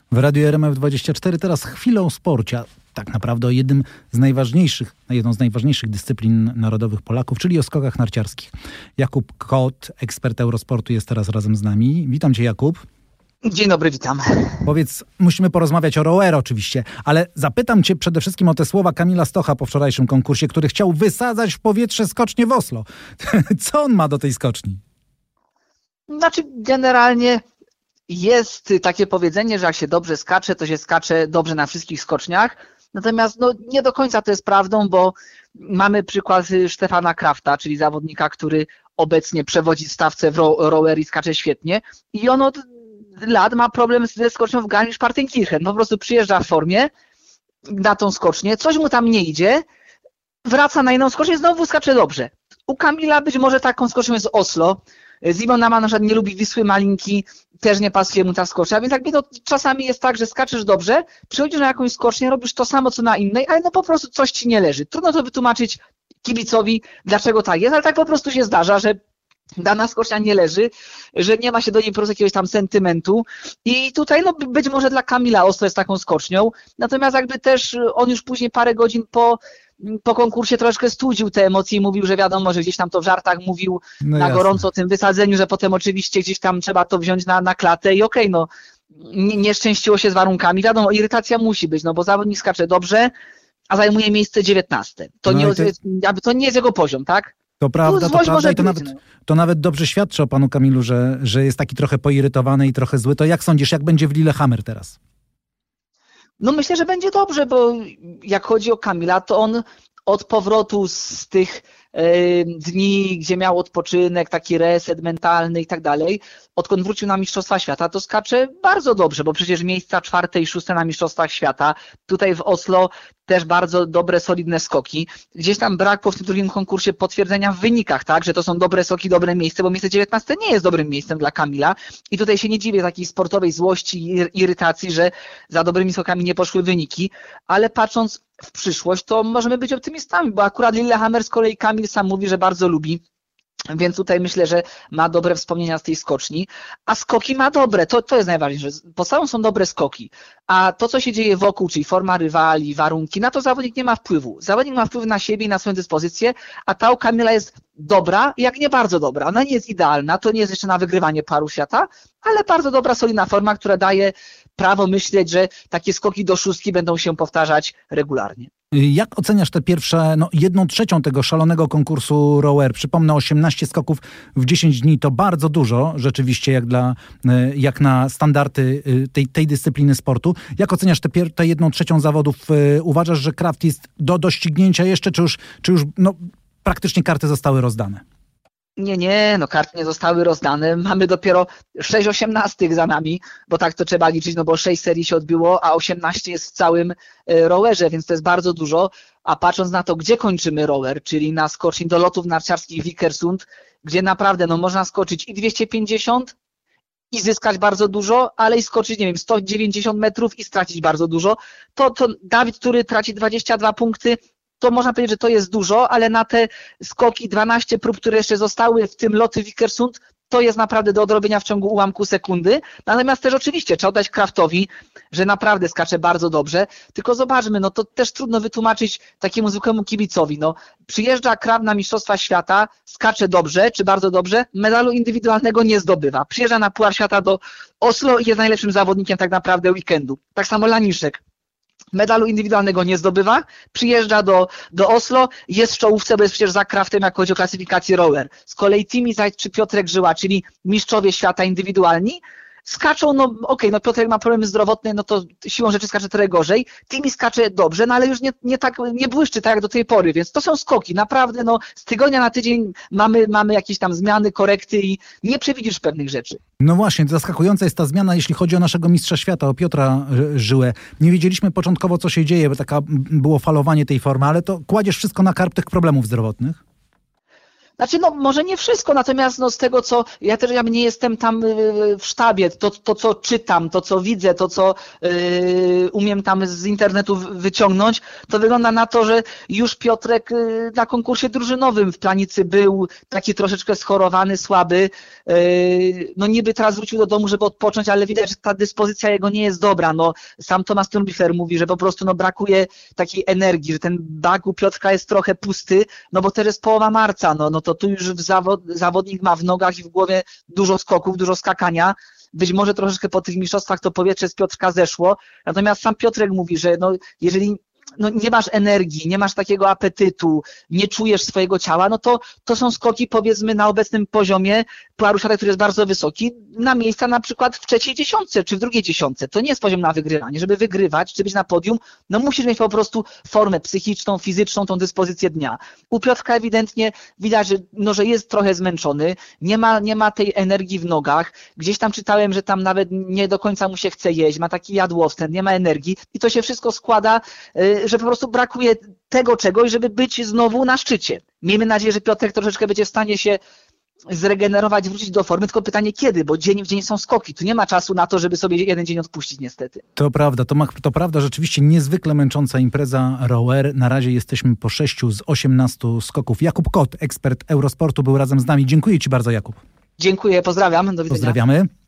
W Radiu RMF24 teraz chwilę o sporcie, a tak naprawdę o jedną z najważniejszych dyscyplin narodowych Polaków, czyli o skokach narciarskich. Jakub Kot, ekspert Eurosportu, jest teraz razem z nami. Witam cię, Jakub. Dzień dobry, witam. Powiedz, musimy porozmawiać o rower oczywiście, ale zapytam cię przede wszystkim o te słowa Kamila Stocha po wczorajszym konkursie, który chciał wysadzać w powietrze skocznię w Oslo. Co on ma do tej skoczni? Znaczy, generalnie jest takie powiedzenie, że jak się dobrze skacze, to się skacze dobrze na wszystkich skoczniach. Natomiast nie do końca to jest prawdą, bo mamy przykład Stefana Krafta, czyli zawodnika, który obecnie przewodzi w stawce w rower i skacze świetnie. I on od lat ma problem ze skocznią w Garmisch-Partenkirchen. Po prostu przyjeżdża w formie na tą skocznię, coś mu tam nie idzie, wraca na inną skocznię, znowu skacze dobrze. U Kamila być może taką skocznią jest Oslo. Simon Nama na przykład nie lubi Wisły Malinki, też nie pasuje mu ta skocznia, więc jakby czasami jest tak, że skaczesz dobrze, przychodzisz na jakąś skocznię, robisz to samo co na innej, ale po prostu coś ci nie leży. Trudno to wytłumaczyć kibicowi, dlaczego tak jest, ale tak po prostu się zdarza, że dana skocznia nie leży, że nie ma się do niej po prostu jakiegoś tam sentymentu i tutaj być może dla Kamila Oslo jest taką skocznią, natomiast jakby też on już później parę godzin po konkursie troszkę studził te emocje i mówił, że wiadomo, że gdzieś tam to w żartach mówił na gorąco o tym wysadzeniu, że potem oczywiście gdzieś tam trzeba to wziąć na klatę i okej, nie szczęściło się z warunkami. Wiadomo, irytacja musi być, bo zawodnik skacze dobrze, a zajmuje miejsce 19. To nie jest jego poziom, tak? To prawda, i to nawet dobrze świadczy o panu Kamilu, że jest taki trochę poirytowany i trochę zły. To jak sądzisz, jak będzie w Lillehammer teraz? Myślę, że będzie dobrze, bo jak chodzi o Kamila, to on od powrotu z tych dni, gdzie miał odpoczynek, taki reset mentalny i tak dalej, odkąd wrócił na Mistrzostwa Świata, to skacze bardzo dobrze, bo przecież miejsca 4. i 6. na Mistrzostwach Świata, tutaj w Oslo też bardzo dobre, solidne skoki. Gdzieś tam brakło w tym drugim konkursie potwierdzenia w wynikach, tak, że to są dobre skoki, dobre miejsce, bo miejsce 19 nie jest dobrym miejscem dla Kamila i tutaj się nie dziwię takiej sportowej złości i irytacji, że za dobrymi skokami nie poszły wyniki, ale patrząc w przyszłość, to możemy być optymistami, bo akurat Lillehammer z kolei Kamil sam mówi, że bardzo lubi, więc tutaj myślę, że ma dobre wspomnienia z tej skoczni, a skoki ma dobre, to jest najważniejsze. Podstawą są dobre skoki, a to, co się dzieje wokół, czyli forma rywali, warunki, na to zawodnik nie ma wpływu. Zawodnik ma wpływ na siebie i na swoją dyspozycję, a ta u Kamila jest dobra, jak nie bardzo dobra. Ona nie jest idealna, to nie jest jeszcze na wygrywanie Pucharu Świata, ale bardzo dobra, solidna forma, która daje prawo myśleć, że takie skoki do 6 będą się powtarzać regularnie. Jak oceniasz te pierwsze, 1/3 tego szalonego konkursu rower? Przypomnę, 18 skoków w 10 dni to bardzo dużo, rzeczywiście, jak na standardy tej dyscypliny sportu. Jak oceniasz tę 1/3 zawodów? Uważasz, że Kraft jest do doścignięcia jeszcze, czy już praktycznie karty zostały rozdane? Nie, karty nie zostały rozdane. Mamy dopiero 6 osiemnastek za nami, bo tak to trzeba liczyć, bo 6 serii się odbyło, a 18 jest w całym rowerze, więc to jest bardzo dużo. A patrząc na to, gdzie kończymy rower, czyli na skoczni do lotów narciarskich Vikersund, gdzie naprawdę można skoczyć i 250 i zyskać bardzo dużo, ale i skoczyć, 190 metrów i stracić bardzo dużo, to Dawid, który traci 22 punkty, to można powiedzieć, że to jest dużo, ale na te skoki 12 prób, które jeszcze zostały, w tym loty Vikersund, to jest naprawdę do odrobienia w ciągu ułamku sekundy. Natomiast też oczywiście trzeba oddać Kraftowi, że naprawdę skacze bardzo dobrze. Tylko zobaczmy, to też trudno wytłumaczyć takiemu zwykłemu kibicowi. Przyjeżdża Kraft na Mistrzostwa Świata, skacze dobrze, czy bardzo dobrze, medalu indywidualnego nie zdobywa. Przyjeżdża na Puchar Świata do Oslo i jest najlepszym zawodnikiem tak naprawdę weekendu. Tak samo Laniszek. Medalu indywidualnego nie zdobywa, przyjeżdża do Oslo, jest w czołówce, bo jest przecież za Kraftem, jak chodzi o klasyfikację rower. Z kolei Timi Zajc czy Piotrek Żyła, czyli mistrzowie świata indywidualni, skaczą, Piotrek ma problemy zdrowotne, to siłą rzeczy skacze trochę gorzej. Timi skacze dobrze, ale już nie błyszczy tak jak do tej pory, więc to są skoki. Naprawdę, z tygodnia na tydzień mamy jakieś tam zmiany, korekty i nie przewidzisz pewnych rzeczy. No właśnie, zaskakująca jest ta zmiana, jeśli chodzi o naszego mistrza świata, o Piotra Żyłę. Nie wiedzieliśmy początkowo, co się dzieje, bo było falowanie tej formy, ale to kładziesz wszystko na karb tych problemów zdrowotnych? Znaczy, no może nie wszystko, natomiast no z tego, co ja nie jestem tam w sztabie, to co czytam, to co widzę, to co umiem tam z internetu wyciągnąć, to wygląda na to, że już Piotrek na konkursie drużynowym w Planicy był taki troszeczkę schorowany, słaby. No niby teraz wrócił do domu, żeby odpocząć, ale widać, że ta dyspozycja jego nie jest dobra. No sam Thomas Trumbichler mówi, że po prostu no brakuje takiej energii, że ten bag u Piotrka jest trochę pusty, no bo też jest połowa marca, no to tu już zawodnik ma w nogach i w głowie dużo skoków, dużo skakania. Być może troszeczkę po tych mistrzostwach to powietrze z Piotrka zeszło, natomiast sam Piotrek mówi, że no jeżeli nie masz energii, nie masz takiego apetytu, nie czujesz swojego ciała, no to są skoki powiedzmy na obecnym poziomie paru siatek, który jest bardzo wysoki, na miejsca na przykład w trzeciej dziesiątce czy w drugiej dziesiątce. To nie jest poziom na wygrywanie. Żeby wygrywać czy być na podium, no musisz mieć po prostu formę psychiczną, fizyczną, tą dyspozycję dnia. U Piotrka ewidentnie widać, że jest trochę zmęczony, nie ma tej energii w nogach. Gdzieś tam czytałem, że tam nawet nie do końca mu się chce jeść, ma taki jadłowstęp, nie ma energii i to się wszystko składa, że po prostu brakuje tego czegoś, żeby być znowu na szczycie. Miejmy nadzieję, że Piotrek troszeczkę będzie w stanie się zregenerować, wrócić do formy, tylko pytanie kiedy, bo dzień w dzień są skoki. Tu nie ma czasu na to, żeby sobie jeden dzień odpuścić niestety. To prawda, to prawda, rzeczywiście niezwykle męcząca impreza Rower. Na razie jesteśmy po 6 z 18 skoków. Jakub Kot, ekspert Eurosportu, był razem z nami. Dziękuję Ci bardzo, Jakub. Dziękuję, pozdrawiam, do widzenia. Pozdrawiamy.